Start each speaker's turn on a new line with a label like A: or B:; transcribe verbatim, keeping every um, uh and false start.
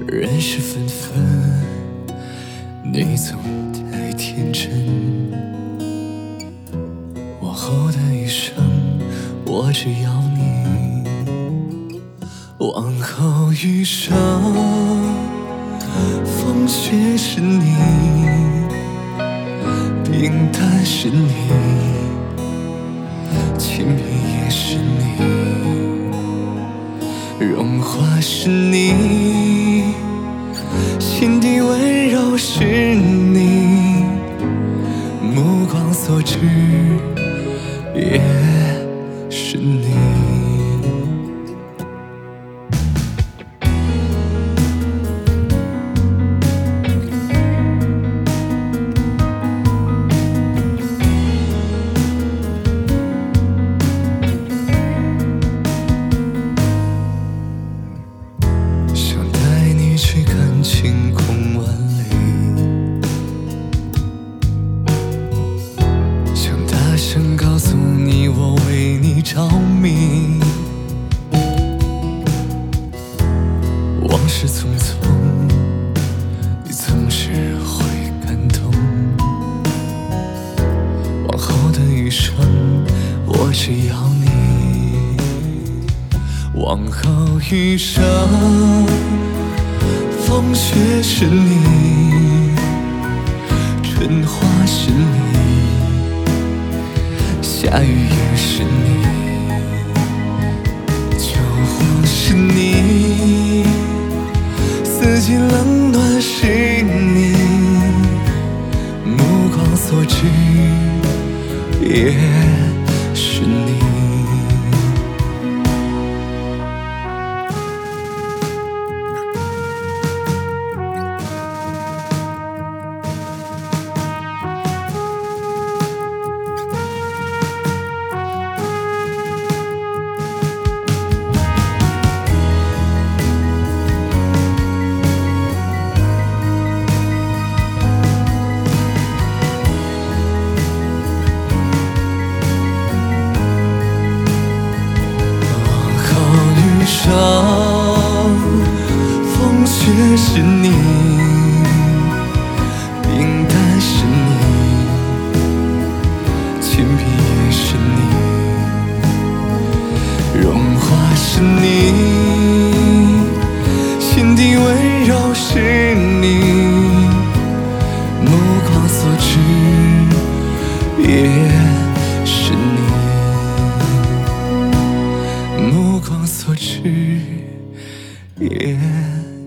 A: 人事纷纷，你总太天真。往后的余生，我只要你。往后余生，风雪是你，平淡是你，亲密也是你，融化是你，心底温柔是你，目光所至也是你。去看晴空万里，想大声告诉你我为你着迷。往事匆匆，你总是会感动。往后的余生，我只要你。往后余生，风雪是你，春花是你，夏雨也是你，秋黄是你，四季冷暖是你，目光所至也是你。风雪是你，平淡是你，亲密也是你，融化是你，心底温柔是你，目光所至也是你，目光所至也